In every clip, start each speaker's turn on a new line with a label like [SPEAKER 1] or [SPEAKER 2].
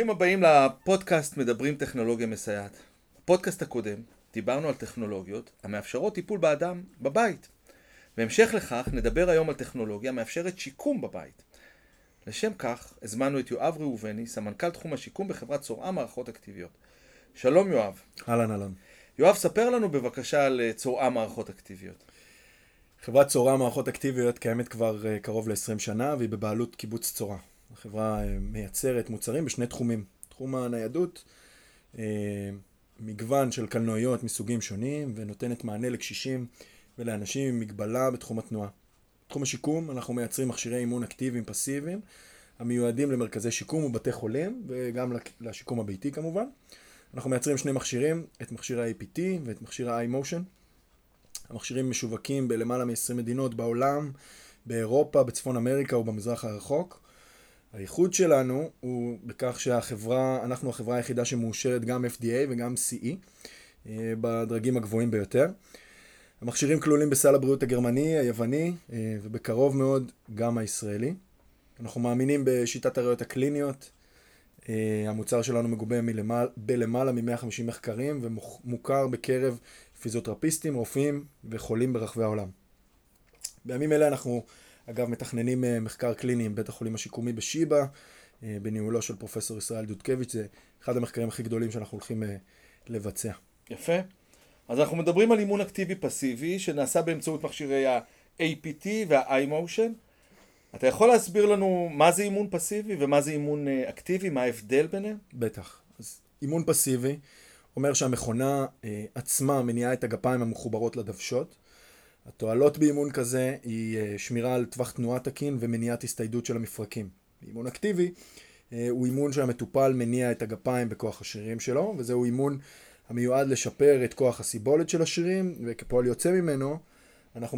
[SPEAKER 1] ברוכים הבאים לפודקאסט מדברים טכנולוגיה מסייעת. בפודקאסט הקודם דיברנו על טכנולוגיות המאפשרות טיפול באדם בבית. בהמשך לכך נדבר היום על טכנולוגיה המאפשרת שיקום בבית. לשם כך הזמנו את יואב ראובני, סמנכ"ל תחום השיקום בחברת צורעה מערכות אקטיביות. שלום יואב.
[SPEAKER 2] אהלן.
[SPEAKER 1] יואב, ספר לנו בבקשה על צורעה מערכות אקטיביות.
[SPEAKER 2] חברת צורעה מערכות אקטיביות קיימת כבר קרוב ל-20 שנה והיא בבעלות קיבוץ צורעה. החברה מייצרת מוצרים בשני תחומים. תחום הניידות, מגוון של קלנועיות מסוגים שונים ונותנת מענה לקשישים ולאנשים עם מגבלה בתחום התנועה. בתחום השיקום אנחנו מייצרים מכשירי אימון אקטיביים פסיביים המיועדים למרכזי שיקום ובתי חולים וגם לשיקום הביתי כמובן. אנחנו מייצרים שני מכשירים, את מכשיר ה-APT ואת מכשיר ה-iMotion. המכשירים משווקים בלמעלה מ-20 מדינות בעולם, באירופה, בצפון אמריקה ובמזרח הרחוק. הייחוד שלנו הוא בכך אנחנו החברה היחידה שמאושרת גם FDA וגם CE בדרגים הגבוהים ביותר. המכשירים כלולים בסל הבריאות הגרמני, היווני ובקרוב מאוד גם הישראלי. אנחנו מאמינים בשיטת הראיות הקליניות. המוצר שלנו מגובה בלמעלה מ-150 מחקרים ומוכר בקרב פיזיותרפיסטים, רופאים וחולים ברחבי העולם. בימים אלה אנחנו אגב מתכננים מחקר קליני עם בית החולים השיקומי בשיבא, בניהולו של פרופסור ישראל דודקביץ'. זה אחד המחקרים הכי גדולים שאנחנו הולכים לבצע.
[SPEAKER 1] יפה. אז אנחנו מדברים על אימון אקטיבי פסיבי שנעשה באמצעות מכשירי ה-APT וה-iMotion. אתה יכול להסביר לנו מה זה אימון פסיבי ומה זה אימון אקטיבי, מה ההבדל ביניהם?
[SPEAKER 2] בטח. אז אימון פסיבי אומר שהמכונה עצמה מניעה את הגפיים המחוברות לדוושות. התועלות באימון כזה היא שמירה על טווח תנועה תקין ומניעת הסתיידות של המפרקים. אימון אקטיבי הוא אימון שהמטופל מניע את הגפיים בכוח השרירים שלו, וזהו אימון המיועד לשפר את כוח הסיבולת של השרירים, וכפועל יוצא ממנו אנחנו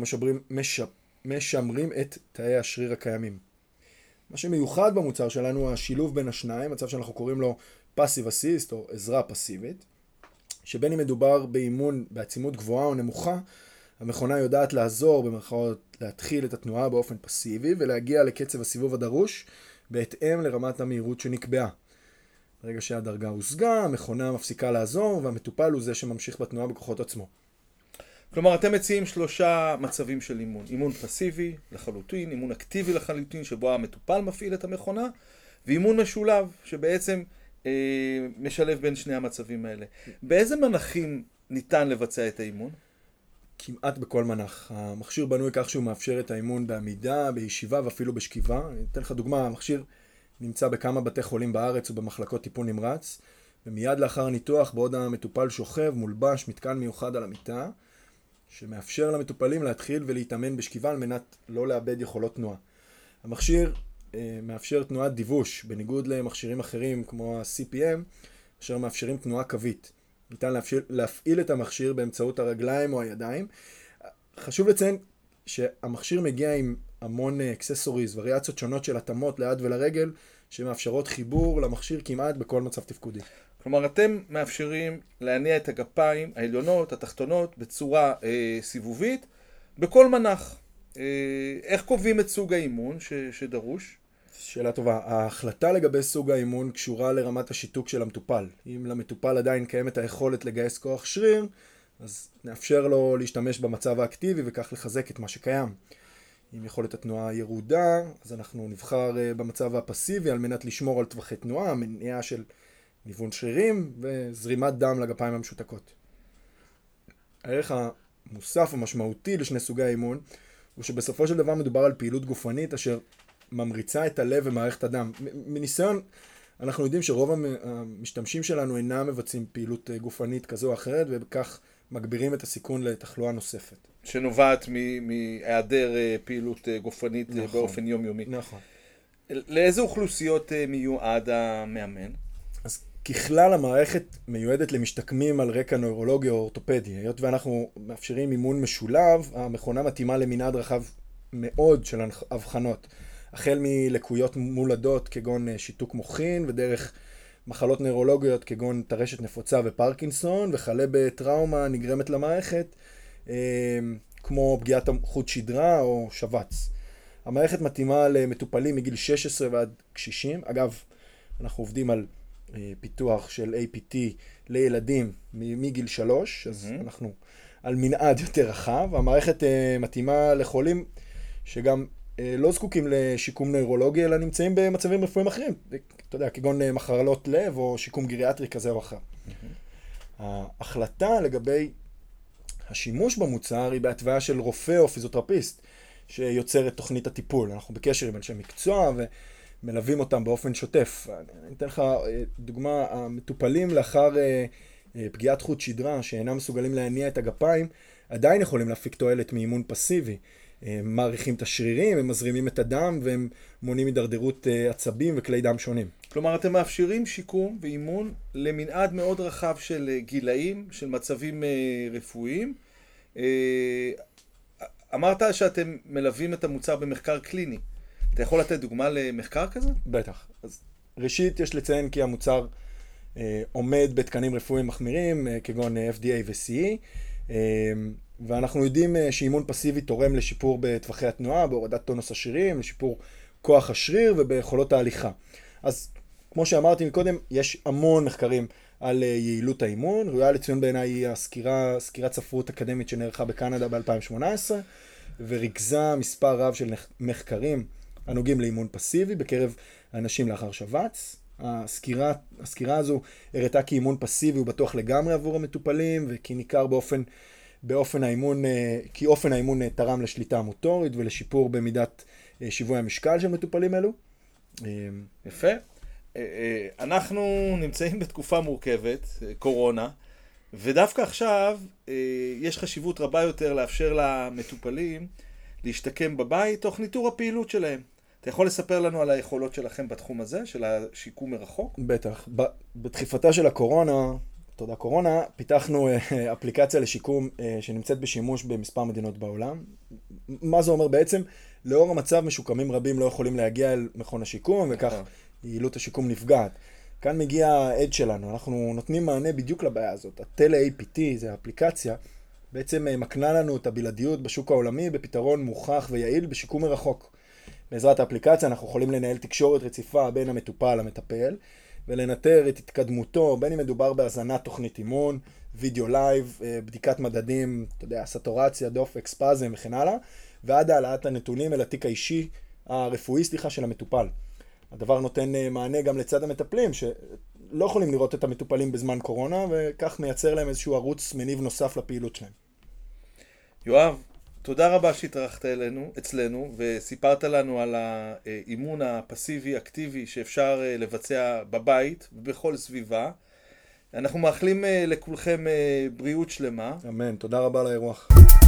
[SPEAKER 2] משמרים את תאי השריר הקיימים. מה שמיוחד במוצר שלנו הוא השילוב בין השניים, מצב שאנחנו קוראים לו פאסיב אסיסט או עזרה פסיבית, שבין אם מדובר באימון בעצימות גבוהה או נמוכה, המכונה יודעת לעזור במרכאות להתחיל את התנועה באופן פסיבי ולהגיע לקצב הסיבוב הדרוש בהתאם לרמת המהירות שנקבעה. ברגע שהדרגה הושגה, המכונה מפסיקה לעזור והמטופל הוא זה שממשיך בתנועה בכוחות עצמו.
[SPEAKER 1] כלומר, אתם מציעים 3 מצבים של אימון. אימון פסיבי לחלוטין, אימון אקטיבי לחלוטין שבו המטופל מפעיל את המכונה, ואימון משולב שבעצם משלב בין שני המצבים האלה. באיזה מנחים ניתן לבצע את האימון?
[SPEAKER 2] כמעט בכל מנח. המכשיר בנוי כך שהוא מאפשר את האימון בעמידה, בישיבה ואפילו בשכיבה. אני אתן לך דוגמה, המכשיר נמצא בכמה בתי חולים בארץ ובמחלקות טיפול נמרץ, ומיד לאחר הניתוח, בעוד המטופל שוכב, מולבש, מתקן מיוחד על המיטה, שמאפשר למטופלים להתחיל ולהתאמן בשכיבה על מנת לא לאבד יכולות תנועה. המכשיר מאפשר תנועת דיווש, בניגוד למכשירים אחרים כמו ה-CPM, אשר מאפשרים תנועה קווית. ניתן להפעיל את המכשיר באמצעות הרגליים או הידיים. חשוב לציין שהמכשיר מגיע עם המון אקססוריז, וריאציות שונות של התאמות ליד ולרגל, שמאפשרות חיבור למכשיר כמעט בכל מצב תפקודי.
[SPEAKER 1] כלומר, אתם מאפשרים להניע את הגפיים העליונות, התחתונות, בצורה סיבובית, בכל מנח. איך קובעים את סוג האימון שדרוש?
[SPEAKER 2] שאלה טובה. ההחלטה לגבי סוג האימון קשורה לרמת השיתוק של המטופל. אם למטופל עדיין קיימת היכולת לגייס כוח שריר, אז נאפשר לו להשתמש במצב האקטיבי וכך לחזק את מה שקיים. אם יכולת התנועה ירודה, אז אנחנו נבחר במצב הפסיבי על מנת לשמור על טווחי תנועה, מניעה של ניוון שרירים וזרימת דם לגפיים המשותקות. הערך המוסף המשמעותי לשני סוגי האימון הוא שבסופו של דבר מדובר על פעילות גופנית אשר ממריצה את הלב ומערכת הדם. מניסיון, אנחנו יודעים שרוב המשתמשים שלנו אינם מבצעים פעילות גופנית כזו או אחרת, ובכך מגבירים את הסיכון לתחלואה נוספת.
[SPEAKER 1] שנובעת מהיעדר פעילות גופנית באופן יומיומי.
[SPEAKER 2] נכון.
[SPEAKER 1] לאיזה אוכלוסיות מיועד המאמן?
[SPEAKER 2] אז ככלל המערכת מיועדת למשתקמים על רקע נוירולוגי או אורתופדי. היות ואנחנו מאפשרים אימון משולב, המכונה מתאימה למנעד רחב מאוד של הבחנות. החל מלקויות מולדות כגון שיתוק מוחין ודרך מחלות נוירולוגיות כגון טרשת נפוצה ופרקינסון, וכלה בטראומה נגרמת למערכת כמו פגיעת חוט שדרה או שבץ. המערכת מתאימה למטופלים מגיל 16 ועד קשישים. אגב, אנחנו עובדים על פיתוח של APT לילדים מגיל 3, אז אנחנו על מנעד יותר רחב. המערכת מתאימה לחולים שגם לא זקוקים לשיקום נוירולוגי, אלא נמצאים במצבים רפואיים אחרים. אתה יודע, כגון מחלות לב או שיקום גריאטרי כזה או אחר. ההחלטה לגבי השימוש במוצר היא בהתוויה של רופא או פיזיותרפיסט שיוצר את תוכנית הטיפול. אנחנו בקשר עם אנשי מקצוע ומלווים אותם באופן שוטף. אני אתן לך דוגמה, המטופלים לאחר פגיעת חוט שדרה שאינם מסוגלים להניע את הגפיים, עדיין יכולים להפיק תועלת מאימון פסיבי. הם מעריכים את השרירים, הם מזרימים את הדם והם מונעים הידרדרות עצבים וכלי דם שונים.
[SPEAKER 1] כלומר, אתם מאפשרים שיקום ואימון למנעד מאוד רחב של גילאים, של מצבים רפואיים. אמרת שאתם מלווים את המוצר במחקר קליני. אתה יכול לתת דוגמה למחקר כזה?
[SPEAKER 2] בטח. אז ראשית, יש לציין כי המוצר עומד בתקנים רפואיים מחמירים, כגון FDA ו-CE, ואנחנו יודעים שאימון פסיבי תורם לשיפור בטווחי התנועה, בהורדת טונוס השרירים, לשיפור כוח השריר וביכולות ההליכה. אז כמו שאמרתי מקודם, יש המון מחקרים על יעילות האימון. ראויה לציון בעיניי היא סקירת ספרות אקדמית שנערכה בקנדה ב-2018, וריכזה מספר רב של מחקרים הנוגעים לאימון פסיבי בקרב אנשים לאחר שבץ. הסקירה הזו הראתה כי אימון פסיבי הוא בטוח לגמרי עבור המטופלים, וכי ניכר באופן האימון תרם לשליטה המוטורית ולשיפור במידת שיווי המשקל של מטופלים אלו.
[SPEAKER 1] יפה. אנחנו נמצאים בתקופה מורכבת, קורונה, ודווקא עכשיו יש חשיבות רבה יותר לאפשר למטופלים להשתקם בבית תוך ניטור הפעילות שלהם. אתה יכול לספר לנו על היכולות שלכם בתחום הזה, של השיקום מרחוק?
[SPEAKER 2] בטח. בדחיפתה של הקורונה, פיתחנו אפליקציה לשיקום שנמצאת בשימוש במספר מדינות בעולם. מה זה אומר בעצם? לאור המצב משוקמים רבים לא יכולים להגיע אל מכון השיקום, וכך יעילות השיקום נפגעת. כאן מגיע העד שלנו, אנחנו נותנים מענה בדיוק לבעיה הזאת. הטלה-APT, זה האפליקציה, בעצם מקנה לנו את הבלעדיות בשוק העולמי בפתרון מוכח ויעיל בשיקום מרחוק. בעזרת האפליקציה אנחנו יכולים לנהל תקשורת רציפה בין המטופל למטפל, ולנטר את התקדמותו, בין אם מדובר בהזנת תוכנית אימון, וידאו לייב, בדיקת מדדים, אתה יודע, סטורציה, דופק, ספזם וכן הלאה, ועד העלאת הנתונים אל התיק האישי, הרפואי, של המטופל. הדבר נותן מענה גם לצד המטפלים, שלא יכולים לראות את המטופלים בזמן קורונה, וכך מייצר להם איזשהו ערוץ מניב נוסף לפעילות שלהם.
[SPEAKER 1] יואב, תודה רבה שהתארחת אצלנו, וסיפרת לנו על האימון הפסיבי-אקטיבי שאפשר לבצע בבית ובכל סביבה. אנחנו מאחלים לכולכם בריאות שלמה.
[SPEAKER 2] אמן, תודה רבה על האירוח.